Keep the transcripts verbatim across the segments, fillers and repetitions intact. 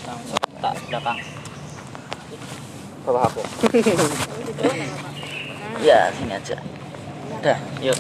langsung tak belakang. Bawah aku. Ya, sini aja. Udah, yuk.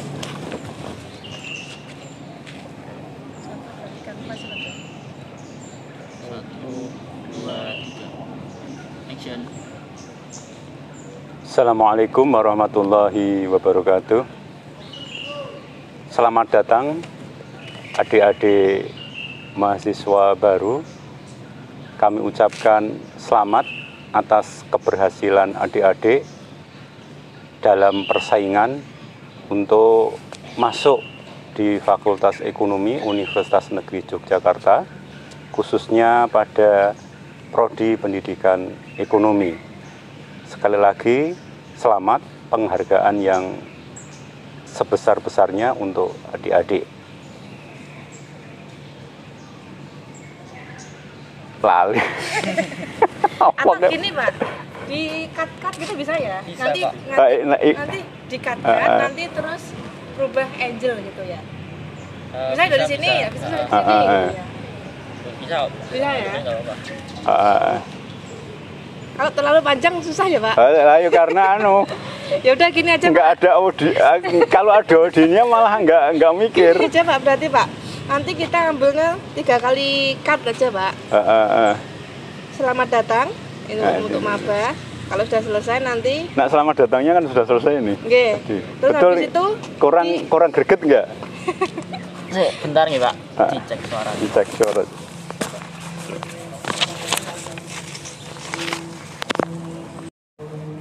Satu, dua, tiga. Action. Assalamualaikum warahmatullahi wabarakatuh. Selamat datang adik-adik mahasiswa baru. Kami ucapkan selamat atas keberhasilan adik-adik dalam persaingan untuk masuk di Fakultas Ekonomi Universitas Negeri Yogyakarta, khususnya pada Prodi Pendidikan Ekonomi. Sekali lagi, selamat, penghargaan yang sebesar-besarnya untuk adik-adik. Lali. Atau gini Pak, di cut-cut gitu bisa ya? Bisa, nanti, Pak. nanti, Nah, i- nanti di cut-cut, Uh, uh. nanti terus berubah angel gitu ya? Uh, Misalnya dari bisa, sini bisa. ya, bisa dari Uh, sini uh, uh. gitu ya? Bisa, Bisa ya? Nggak apa-apa. Uh, Kalau terlalu panjang susah ya Pak? Ayo karena anu Ya udah gini aja nggak Pak. ada audi, kalau ada audinya malah nggak nggak mikir. Gini aja Pak, berarti Pak, nanti kita ambilnya tiga kali cut aja Pak. Uh, uh, uh. Selamat datang, ini Nah, untuk itu. maba. Kalau sudah selesai nanti, Nah, selamat datangnya kan sudah selesai nih. Oke. Tadi. Terus Betul, habis itu kurang di- kurang greget nggak? Sik, bentar nih Pak, Ah. dicek suaranya. Dicek suara.